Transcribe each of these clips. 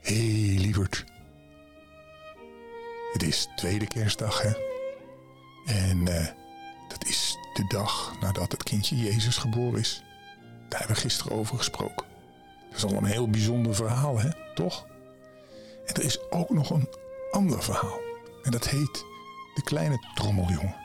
Hé, lieverd. Het is tweede kerstdag, hè? En dat is de dag nadat het kindje Jezus geboren is. Daar hebben we gisteren over gesproken. Dat is al een heel bijzonder verhaal, hè? Toch? En er is ook nog een ander verhaal. En dat heet De Kleine Trommeljongen.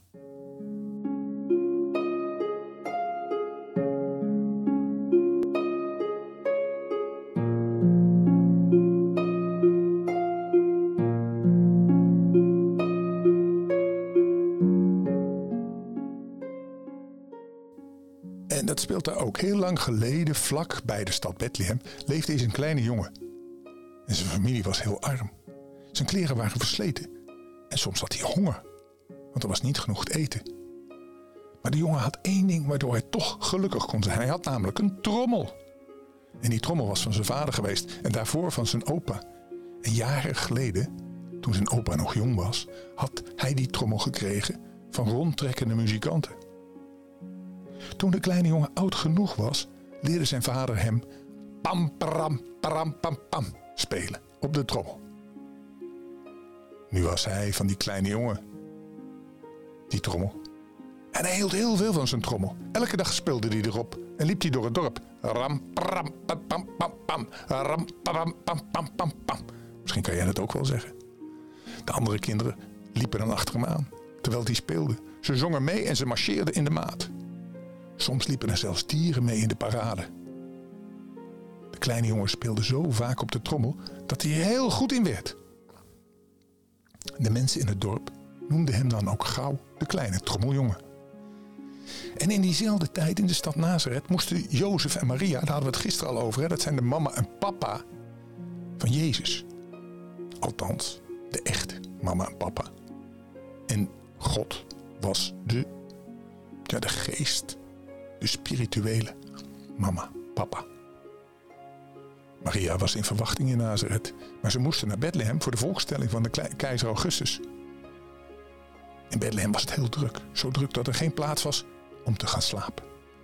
En dat speelt daar ook. Heel lang geleden, vlak bij de stad Bethlehem, leefde eens een kleine jongen. En zijn familie was heel arm. Zijn kleren waren versleten. En soms had hij honger, want er was niet genoeg te eten. Maar de jongen had één ding waardoor hij toch gelukkig kon zijn. Hij had namelijk een trommel. En die trommel was van zijn vader geweest en daarvoor van zijn opa. En jaren geleden, toen zijn opa nog jong was, had hij die trommel gekregen van rondtrekkende muzikanten. Toen de kleine jongen oud genoeg was, leerde zijn vader hem pam, param, param, pam, pam spelen op de trommel. Nu was hij van die kleine jongen, die trommel. En hij hield heel veel van zijn trommel. Elke dag speelde hij erop en liep hij door het dorp. Ram, pam, pam, pam, pam, pam. Ram, pam, pam, pam, pam, pam. Misschien kan jij dat ook wel zeggen. De andere kinderen liepen dan achter hem aan, terwijl hij speelde. Ze zongen mee en ze marcheerden in de maat. Soms liepen er zelfs dieren mee in de parade. De kleine jongen speelde zo vaak op de trommel dat hij er heel goed in werd. De mensen in het dorp noemden hem dan ook gauw de kleine trommeljongen. En in diezelfde tijd in de stad Nazareth moesten Jozef en Maria, daar hadden we het gisteren al over, hè, dat zijn de mama en papa van Jezus. Althans, de echte mama en papa. En God was de geest, de spirituele mama, papa. Maria was in verwachting in Nazareth, maar ze moesten naar Bethlehem voor de volkstelling van de keizer Augustus. In Bethlehem was het heel druk, zo druk dat er geen plaats was om te gaan slapen.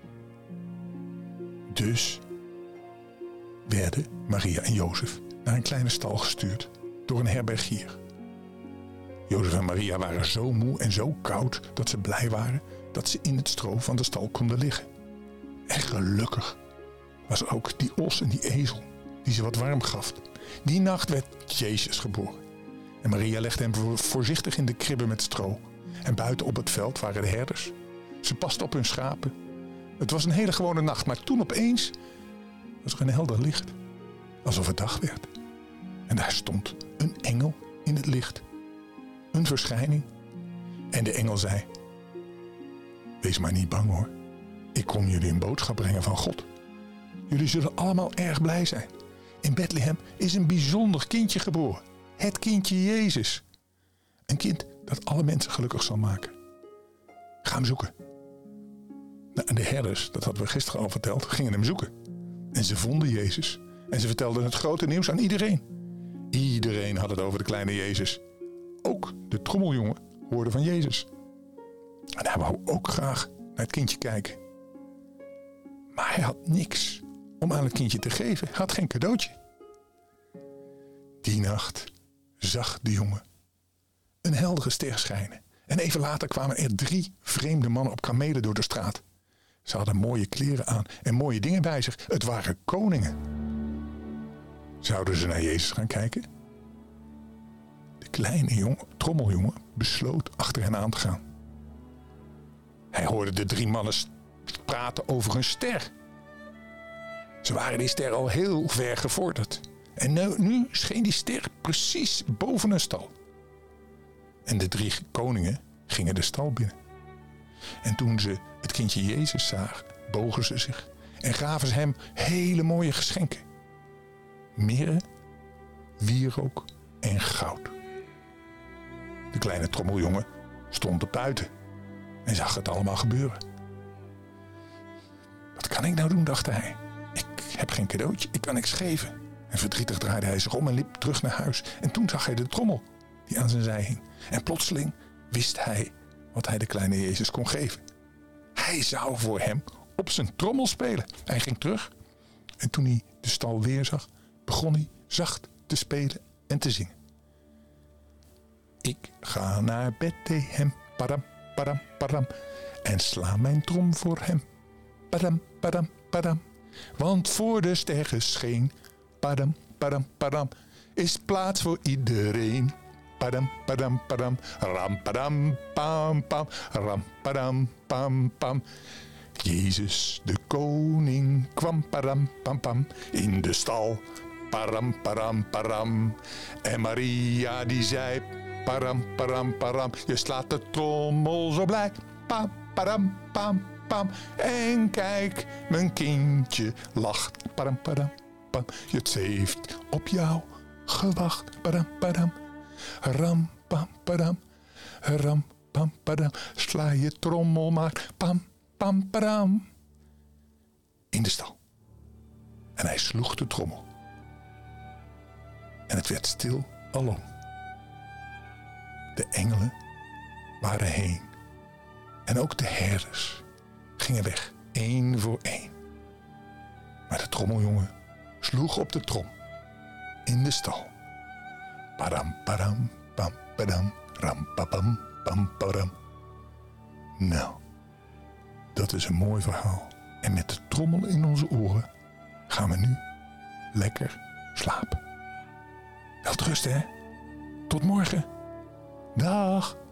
Dus werden Maria en Jozef naar een kleine stal gestuurd door een herbergier. Jozef en Maria waren zo moe en zo koud dat ze blij waren dat ze in het stro van de stal konden liggen. En gelukkig was er ook die os en die ezel die ze wat warm gaf. Die nacht werd Jezus geboren. En Maria legde hem voorzichtig in de kribbe met stro. En buiten op het veld waren de herders. Ze pasten op hun schapen. Het was een hele gewone nacht, maar toen opeens was er een helder licht. Alsof het dag werd. En daar stond een engel in het licht. Een verschijning. En de engel zei: wees maar niet bang hoor. Ik kom jullie een boodschap brengen van God. Jullie zullen allemaal erg blij zijn. In Bethlehem is een bijzonder kindje geboren. Het kindje Jezus. Een kind dat alle mensen gelukkig zal maken. Ga hem zoeken. Nou, en de herders, dat hadden we gisteren al verteld, gingen hem zoeken. En ze vonden Jezus. En ze vertelden het grote nieuws aan iedereen. Iedereen had het over de kleine Jezus. Ook de trommeljongen hoorde van Jezus. En hij wou ook graag naar het kindje kijken. Maar hij had niks om aan het kindje te geven. Hij had geen cadeautje. Die nacht zag de jongen een heldere ster schijnen. En even later kwamen er 3 vreemde mannen op kamelen door de straat. Ze hadden mooie kleren aan en mooie dingen bij zich. Het waren koningen. Zouden ze naar Jezus gaan kijken? De kleine trommeljongen besloot achter hen aan te gaan. Hij hoorde de 3 mannen praten over een ster. Ze waren die ster al heel ver gevorderd. En nu scheen die ster precies boven een stal. En de 3 koningen gingen de stal binnen. En toen ze het kindje Jezus zagen, bogen ze zich en gaven ze hem hele mooie geschenken. Mirre, wierook en goud. De kleine trommeljongen stond er buiten en zag het allemaal gebeuren. Wat kan ik nou doen, dacht hij. Ik heb geen cadeautje, ik kan niks geven. En verdrietig draaide hij zich om en liep terug naar huis. En toen zag hij de trommel die aan zijn zij hing. En plotseling wist hij wat hij de kleine Jezus kon geven. Hij zou voor hem op zijn trommel spelen. Hij ging terug en toen hij de stal weer zag, begon hij zacht te spelen en te zingen. Ik ga naar Bethlehem, padam, padam, padam, en sla mijn trom voor hem, padam, padam, padam. Want voor de ster scheen, padam, padam, padam, is plaats voor iedereen. Padam, padam, padam, ram, padam, pam, pam, ram, padam, pam, pam. Jezus de koning kwam, padam, pam, pam, in de stal, padam, padam, padam. En Maria die zei, padam, padam, padam, je slaat de trommel zo blij, pam, padam, pam, pam. En kijk, mijn kindje lacht, padam, padam, pam. Het heeft op jou gewacht, padam, padam. Ram, pam, padam, ram, pam, padam. Sla je trommel maar, pam, pam, padam. In de stal. En hij sloeg de trommel. En het werd stil alom. De engelen waren heen. En ook de herders gingen weg, één voor één. Maar de trommeljongen sloeg op de trom. In de stal. Padam, padam, pam, padam, ram, papam, pam, padam. Nou, dat is een mooi verhaal. En met de trommel in onze oren gaan we nu lekker slapen. Welterusten, hè? Tot morgen. Dag.